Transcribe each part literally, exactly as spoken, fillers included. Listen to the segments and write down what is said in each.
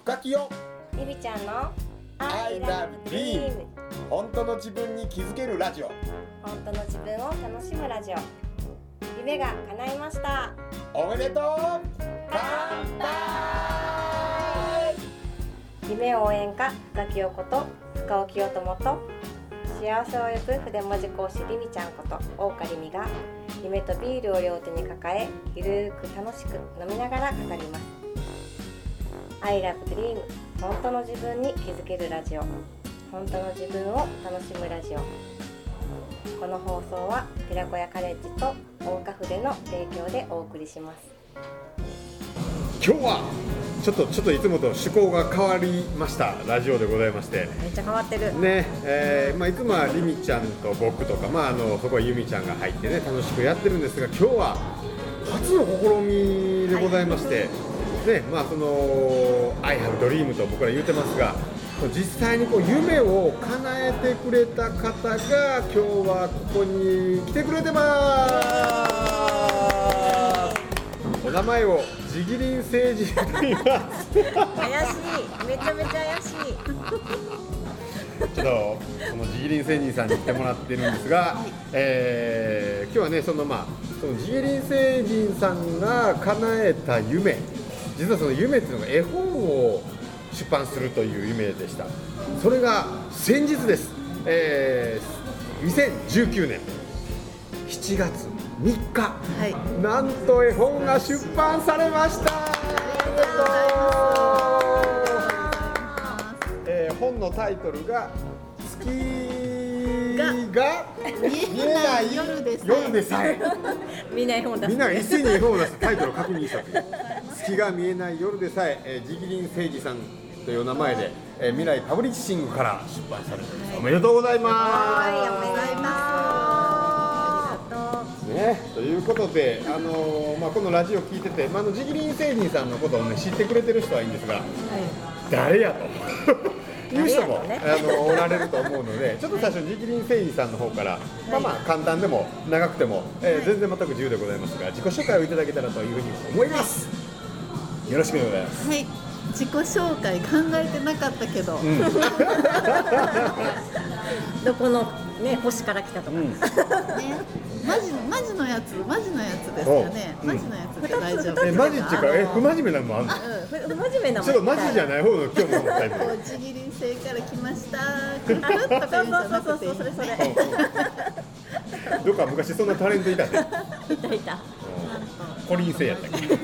深きよリビちゃんの I love dream 本当の自分に気づけるラジオ。 本当の自分を楽しむラジオ。夢が叶いました。 おめでとう。乾杯。 夢応援歌深きよこと深尾清友と、幸せを呼ぶ筆文字講師リミちゃんこと大岡リミが、夢とビールを両手に抱え、ゆるく楽しく飲みながら語ります。 I love dream 本当の自分に気づけるラジオ。本当の自分を楽しむラジオ。この放送は寺子屋カレッジと大岡筆の提供でお送りします。 今日はちょっとちょっといつもと趣向が変わりましたラジオでございまして、 めっちゃ変わってるね、えーまあ、いつもはリミちゃんと僕とか、まあ、あのそこはユミちゃんが入ってね楽しくやってるんですが、今日は初の試みでございまして、はいね、まあその I have dream と僕ら言ってますが、実際にこう夢を叶えてくれた方が今日はここに来てくれてます。お名前をジギリン星人と言います。 怪しい、めちゃめちゃ怪しい。 ちょっとこのジギリン星人さんに来てもらってるんですが、はい、えー、今日はねそのまあそのジギリン星人さんが叶えた夢、実はその夢っていうのが絵本を出版するという夢でした。それが先日です、えー、にせんじゅうきゅうねんしちがつみっか、はい、なんと絵本が出版されました。えー、本のタイトルが月が見えない夜でさえ、夜でさえみんな絵本出す、 みんな一斉に絵本を出してタイトルを確認したという月が見えない夜でさえ、えー、ジギリン星人さんという名前で、えー、未来パブリッシングから出版されています。おめでとうございます。 はい、おめでとうございます。ありがとう。 ね、ということで、あのーまあ、このラジオ聞いてて、まあ、あのジギリン星人さんのことを、ね、知ってくれてる人はいいんですが、はい、誰やという人も、ね、あのおられると思うので、ちょっと最初ジギリン星人さんの方から、はい、まあまあ簡単でも長くても、えーはい、全然全く自由でございますが、自己紹介をいただけたらというふうに思います。はい、よろしくお願いします。 はい、自己紹介考えてなかったけど、うん、 どこの、ね、星から来たとか、うん、ね、 マジのマジのやつマジのやつですかね、うん、マジのやつで大丈夫。 えマジっていうか、え不真面目なのもあるの？ 不真面目なもん。 ちょっとマジじゃない方の今日のタイプ。 ジギリン星から来ましたくるくるっとか言うんじゃなくていい。 それそれ。 どっか昔そんなタレントいたね。 いたいた。 コリン星やったっけ？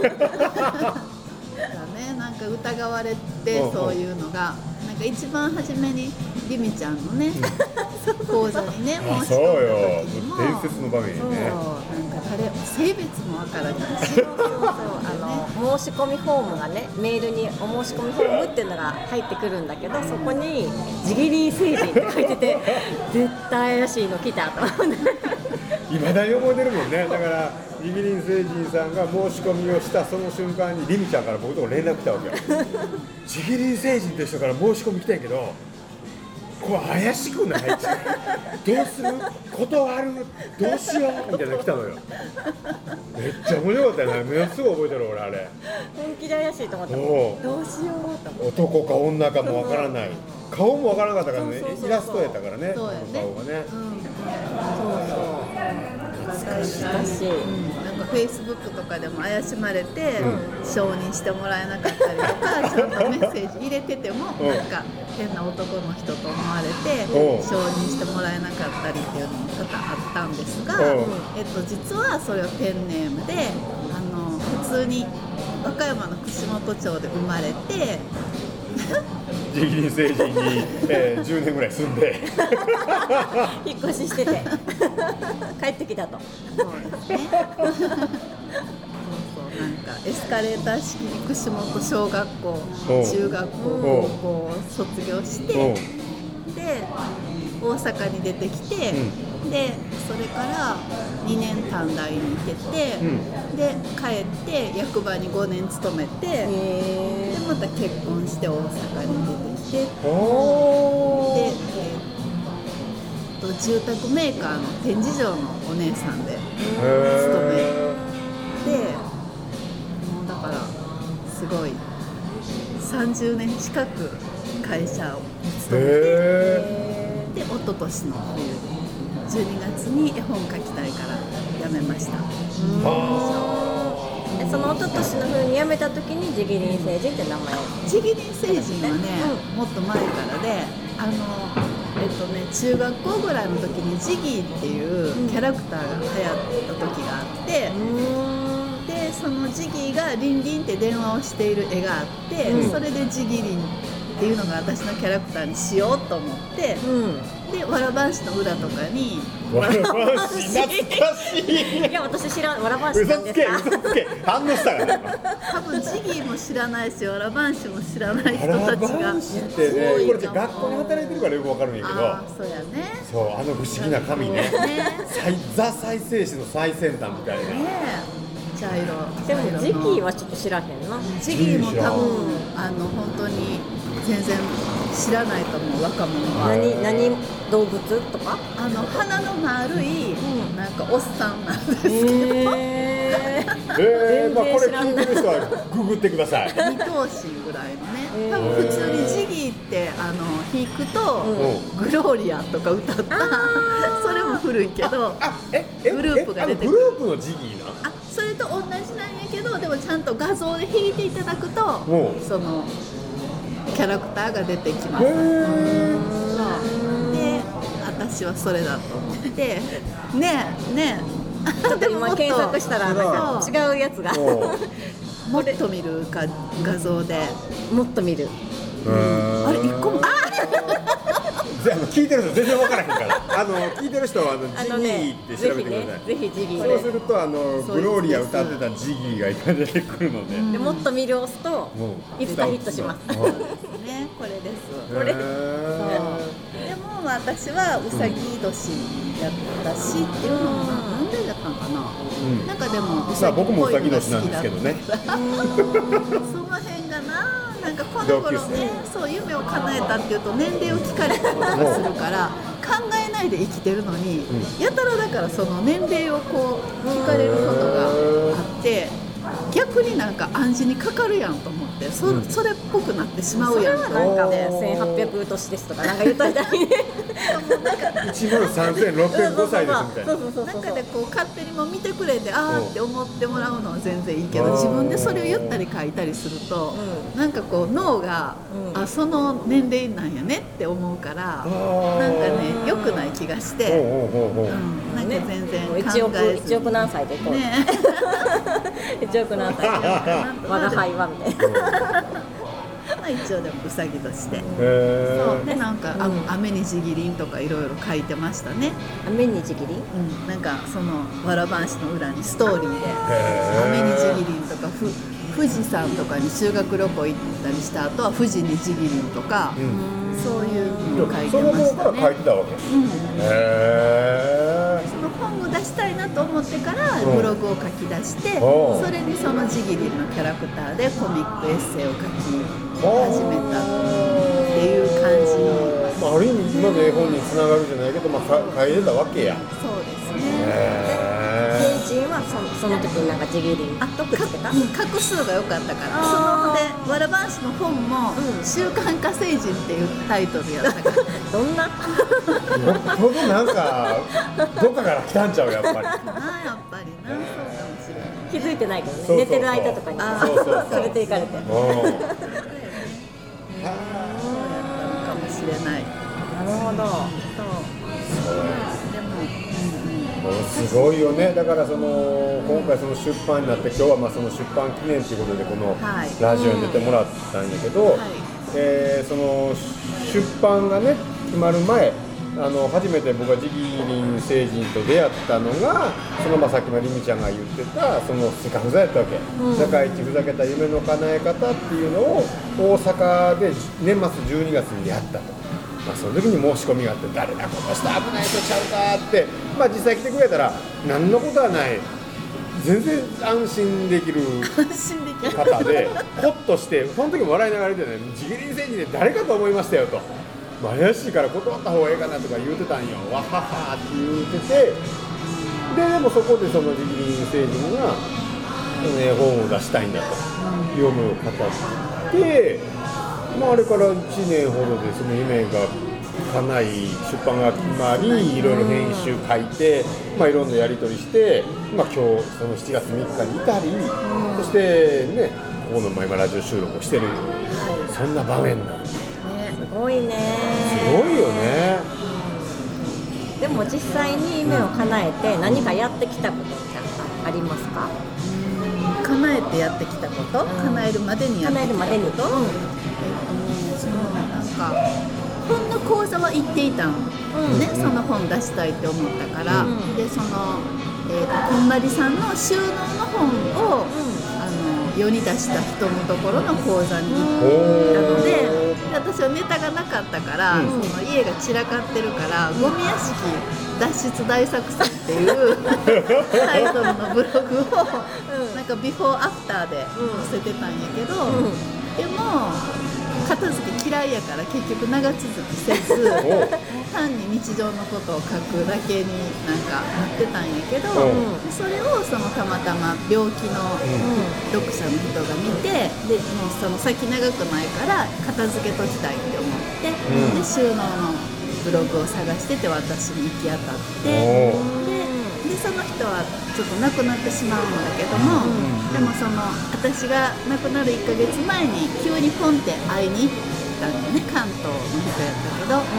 ね、なんか疑われて、そういうのがなんか一番初めにリミちゃんのね、講座にね申し込んだ時にも伝説の場面ね。 そうなんか誰性別もわからないし、 そうそうそう、あの申し込みフォームがね、メールにお申し込みフォームっていうのが入ってくるんだけど、そこにジギリン星人って書いてて絶対怪しいの来たと思っていまだに覚えてるもんね。だからジギリン星人さんが申し込みをしたその瞬間にリミちゃんから僕とも連絡来たわけよ。ジギリン星人という人から申し込み来たんやけど、これ怪しくない？どうする？断る？どうしよう？みたいなの来たのよ。めっちゃ面白かったよね。ものすごい覚えてる俺あれ。 本気で怪しいと思ったもん。どうしようと思って。 男か女かもわからない。顔もわからなかったからね。イラストやったからね。 そうやね。 顔がね。 うん、そうそう。懐かしい。 なんかフェイスブックとかでも怪しまれて、うん、承認してもらえなかったりとか、ちゃんとメッセージ入れてても、うん、なんか変な男の人と思われて、うん、承認してもらえなかったりっていうのも多々あったんですが、うん、えっと、実はそれはペンネームで、あの普通に和歌山の串本町で生まれてジギリン星人に、えー、じゅうねんぐらい住んで引っ越ししてて帰ってきたと。 そうですねそうそう、なんかエスカレーター式に串本小学校、中学校、高校を卒業して、で大阪に出てきて、うん、でそれからにねん短大に行ってて、うん、で帰って役場にごねん勤めて、でまた結婚して大阪に出てきて、で、えー、と住宅メーカーの展示場のお姉さんで勤めて、もうだからすごいさんじゅうねん近く会社を勤めて、 へで一昨年の冬じゅうにがつに絵本描きたいから辞めました。 ーはえその一昨年の風に辞めた時にジギリン星人って名前を。 ジギリン星人はね、もっと前からで、あのえっとね中学校ぐらいの時にジギーっていうキャラクターが流行った時があって、でそのジギーがリンリンって電話をしている絵があって、 うんそれでジギリンっていうのが私のキャラクターにしようと思って、 うん、 でわらばんしの裏とかにーわらばんし懐かしいいや私知らんわらばんし嘘つけなんですか。 嘘つけ反応したから多分ジギーも知らないしわらばんしも知らない人わらたちがばんしってねこれじゃ学校に働いてるからよくわかるんやけどああそうやねそうあの不思議な紙ねね再ザ再生紙の最先端みたいな、 ねえ茶色でもジギーははちょっと知らへんな。 ジギーも多分あの本当に全然知らないと思う若者は何何動物とか。 あの鼻の丸い、 うんなんかおっさんなんですけど、 えー、 えーまあ、これ全然知らん聞いてる人はググってください二頭身ぐらいのねへー多分普通にジギーってあの弾くと、 うグローリアとか歌ったそれも古いけどあええグループが出てくるえあのグループのジギーなあそれと同じなんやけどでもちゃんと画像で弾いていただくとおうそのキャラクターが出てきます。 へそうーで私はそれだと思ってねえねえちょっと今検索したらなんか違うやつがおうもっと見るか画像でもっと見る。 あれ一個もあぜあの聞いてる人全然分からへんからあの聞いてる人はあのあジギのねーって調べてください、 ぜひねぜひジギーそうするとあのそうグローリア歌ってたジギーがいっぱい出てくるので、 んでもっと見るを押すとうんいつかヒットします。 はいねこれですへーでも私はうさぎ年やったしっていうのもなんでだったのかな、 うんなんかでもうまさぎっあ僕もうさぽいのがぎ年なんですけどねその辺がななんかこの頃同級ねそう夢を叶えたっていうと年齢を聞かれたりとかするから考えないで生きてるのに、 うやたらだからその年齢をこう聞かれることがあって逆になんか暗示にかかるやんと思ってそ,、 うんそれっぽくなってしまそうれやんとはなんか思ってせんはっぴゃく年ですとかなんか言っといたりね。 いちまんさんぜんろっぴゃくごさいですみたいなそうそうそうそう中でこう勝手にも見てくれてあうんーって思ってもらうのは全然いいけうんど自分でそれを言ったり書いたりすると、 うなんかこう脳が、 うんあその年齢なんやねって思うから、 あーなんかね良くない気がしほうて、 ほうほうほううん、なんかね全然もう考一億えず一億何歳でいこう。 ね一億何歳で。我が輩はみたいな。 まあ一応でもうさぎとして、 へそうーでなんか、あうん雨にじぎりんとかいろいろ書いてましたね。 雨にじぎり。 うん、なんかそのわらばんしの裏にストーリーでへー雨にじぎりんとかふ富士山とかに修学旅行行ったりした後は富士にじぎりんとか、 うんそういうのを書いそてましたの頃から書いね。 てたわけうん、 へその本を出したいなと思ってからうんブログを書き出して、 おうそれにそのジギリンのキャラクターでコミックエッセイを書きー始めたっていう感じの、 まあ、ある意味今の絵本につながるじゃないけど、まあ、か書いてたわけやそうですね。 へ平人はそその時になんかジギリンあとくっつけた。 うん画数が良かったからあーそのでわらばんしの本もうん 「週刊火星人」っていうタイトルやったからどんな。 よっぽどなんかどっかから来たんちゃうやっぱりなやっぱりなそうかもしれない気づいてないけどね。 そうそうそう寝てる間とかにあそうそうそう連れて行かれて。 うんそうやったのかもしれないなるほど。 そうでも、うんうん、 すごいよね。だからその今回その出版になって今日はまあその出版記念ということでこのはいラジオに出てもらったんやけど、 はいえーその出版がね決まる前、あの初めて僕がジギリン星人と出会ったのがそのまあさっきのりみちゃんが言ってたそのスカフザやったわけ、 うん世界一ふざけた夢の叶え方っていうのを大阪で年末じゅうにがつにやったと。まあ、その時に申し込みがあって誰だこの人危ない人ちゃうかって、まあ、実際来てくれたら何のことはない全然安心できる安心できる方でホッとしてその時も笑いながら言ってねジギリン星人で誰かと思いましたよと、まあ、怪しいから断った方がええかなとか言うてたんよわははって言うててででもそこでそのジギリン星人がその絵本を出したいんだと読む方でまあ、あれからいちねんほどでその夢が叶い、出版が決まり、いろいろ編集書いて、まあ、いろんなやり取りして、まあ、今日そのしちがつみっかに至り、そしてね、ここの今ラジオ収録をしてる、そんな場面なんです。 すごいね。 すごいよね。 でも実際に夢を叶えて何かやってきたことってありますか？ 叶えてやってきたこと、叶えるまでにやってきたこと、 叶えるまでに、うん、 えっとね、そのなんか本の講座は行っていたの、うんね、その本出したいって思ったから、うん、でその、えーと、こんまりさんの収納の本を、うん、あの世に出した人のところの講座に行ったので、私はネタがなかったから、うん、その家が散らかってるから、ゴミ屋敷脱出大作戦っていうタイトルのブログを、うん、なんかビフォーアフターで載せてたんやけど、うん、でも片付け嫌いやから結局長続きせず単に日常のことを書くだけになんかなってたんやけど、うん、それをそのたまたま病気の読者の人が見て、でもうその先長くないから片付けときたいって思って、うん、で収納のブログを探してて私に行き当たって、ででその人はちょっと亡くなってしまうんだけども、うん、でもその私が亡くなるいっかげつまえに急にポンって会いに行ったんだよね、関東の人やったけど、うん、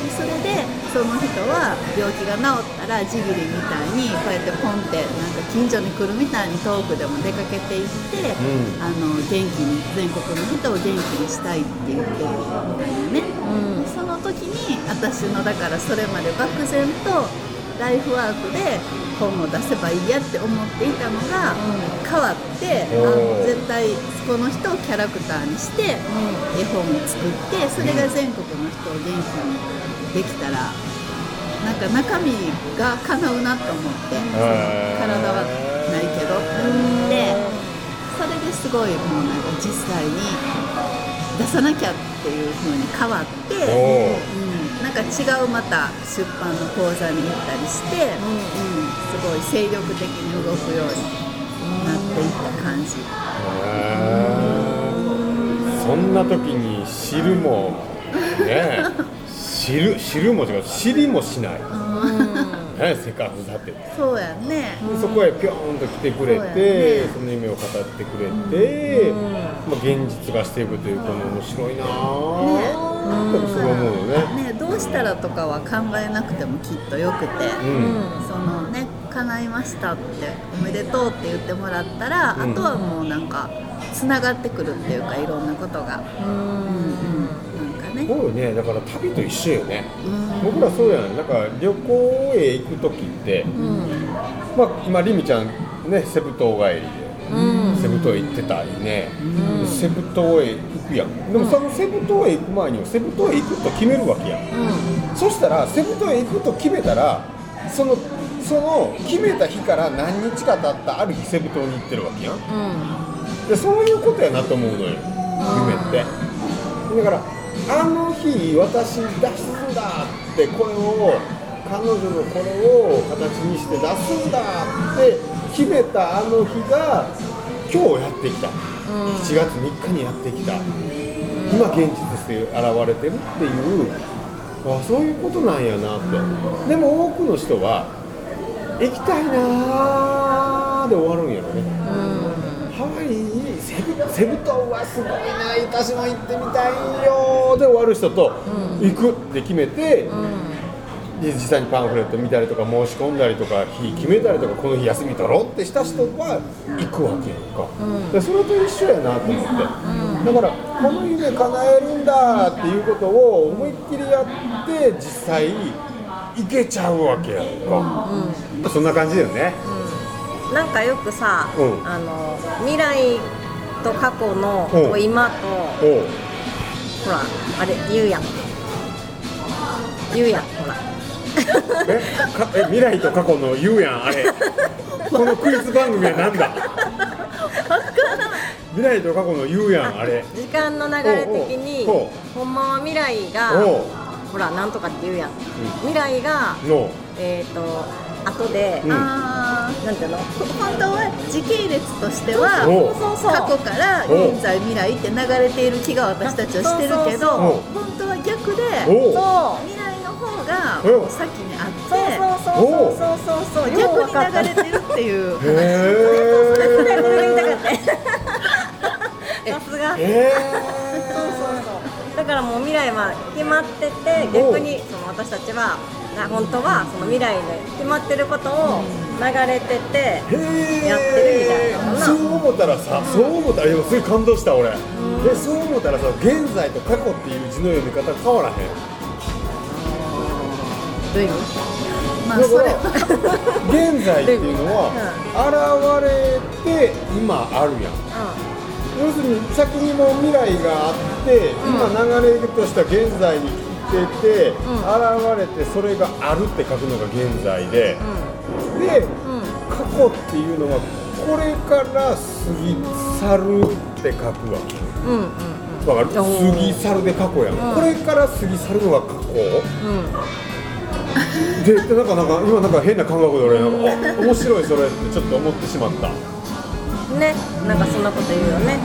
それでその人は病気が治ったらジギリみたいにこうやってポンってなんか近所に来るみたいに遠くでも出かけていって、うん、あの元気に全国の人を元気にしたいって言ってるみたいなね、うん、その時に私のだからそれまで漠然とライフワークで本を出せばいいやって思っていたのが、うん、変わって、あの絶対この人をキャラクターにして、うん、絵本を作ってそれが全国の人を元気にできたらなんか中身が叶うなと思って、その体はないけどって思って、それですごいもうなんか実際に出さなきゃっていう風に変わって、うん、なんか違うまた出版の講座に行ったりして、うんうん、すごい精力的に動くようになっていった感じ。 そんな時に知るもね知る知るも違う知りもしない。ね、せっかくだってそうやね、 そこへぴょーんと来てくれて そ,、ね、その夢を語ってくれて、うんまあ、現実化していくというこの面白いなぁ、ね、すごい思うよね。 ね、どうしたらとかは考えなくてもきっとよくて、うん、そのね叶いましたっておめでとうって言ってもらったら、うん、あとはもうなんかつながってくるっていうかいろんなことが、うんうんそうよね、だから旅と一緒よね、うん、僕らそうやん、なんか旅行へ行くときって、うん、まあ今りみちゃんねセブ島帰りで、うん、セブ島へ行ってたいいね、うん、セブ島へ行くやん。でもそのセブ島へ行く前にはセブ島へ行くと決めるわけやん、うん、そしたらセブ島へ行くと決めたらそのその決めた日から何日か経ったある日セブ島に行ってるわけやん、うん、でそういうことやなと思うのよ、夢って。だからあの日私出すんだってこれを彼女のこれを形にして出すんだって決めたあの日が今日やってきた、うん、しちがつみっかにやってきた、うん、今現実として現れてるっていうあそういうことなんやなって、うん、でも多くの人は行きたいなーで終わるんやろね、うん、ハワイセブ、セブ島はすごいな私も行ってみたいよで終わる人と、うん、行くって決めて、うん、で実際にパンフレット見たりとか申し込んだりとか日決めたりとかこの日休み取ろうってした人は行くわけやんか、うん、でそれと一緒やなと思って、うん、だからこの夢叶えるんだっていうことを思いっきりやって実際行けちゃうわけやんか、うん、そんな感じだよね、 うん、なんかよくさ、うん、あの未来と過去のと今とほらあれ言うやん言うやんほらえかえ未来と過去の言うやんあれこのクイズ番組はなんだ未来と過去の言うやんあれ時間の流れ的にほんまは未来がほらなんとかって言うやん、うん、未来がえっ、ー、と後で、うんあなんていうの、 本当は時系列としてはおそうそう過去から現在未来って流れている気が私たちはしてるけど、 そうそう本当は逆でおそう未来の方がお先にあってそうそうそうそうそうそう、よう分かった。 逆に流れてるっていうへそれそれ言いたかーった。さすが。 えそうそうそう。だからもう未来は決まってて、逆にその私たちはな本当はその未来で決まってることを流れてて、 ーへーやってるみたいなのなそう思ったらさ、そう思ったら今すごい感動した俺、でそう思ったらさ、現在と過去っていう字の読み方変わらへん。 どういう意味？ まあだかそれはら現在っていうのは現れて今あるやん。要するに先にもう未来があって、今流れとした現在に来てて、現れてそれがあるって書くのが現在で、で、過去っていうのはこれから過ぎ去るって書くわけ。 うんうんうん。 わかる？過ぎ去るで過去やん。これから過ぎ去るのが過去。で、でなんかなんか今なんか変な感覚で俺なんか、あ、面白いそれってちょっと思ってしまった。 ね、なんかそんなこと言うよね。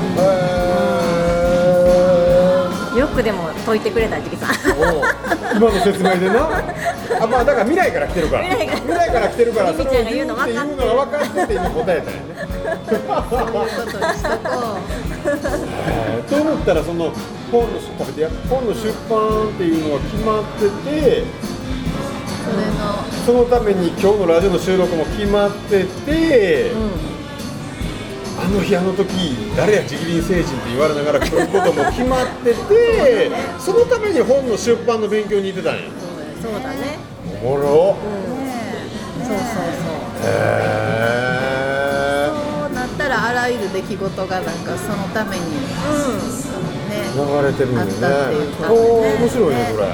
へよくでも解いてくれたジキさん。 ーおう今の説明でな。あ、まあだから未来から来てるから。 未来から未来から来てるからそれをゆみちゃんが言うの分かってる言うのが分かってて今答えたんやね。 そういうことにしとこえーと思ったらその本の食べてや本の出版っていうのが決まってて、 うそれのそのために今日のラジオの収録も決まってて、あの日あの時誰や直輪星人って言われながら来ることも決まってて、そのために本の出版の勉強に行ってたんや。 そうだね。 おもろ。 ねそうそうへそうなったらあらゆる出来事がなんかそのためにねー流れてるんよね。 あったっていうことおねー面白いねこれ。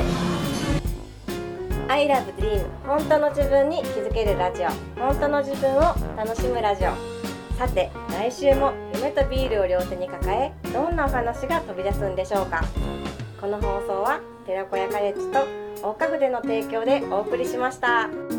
I love dream 本当の自分に気づけるラジオ、本当の自分を楽しむラジオ。さて来週も夢とビールを両手に抱え、どんなお話が飛び出すんでしょうか。この放送は寺子屋カレッジと大花筆の提供でお送りしました。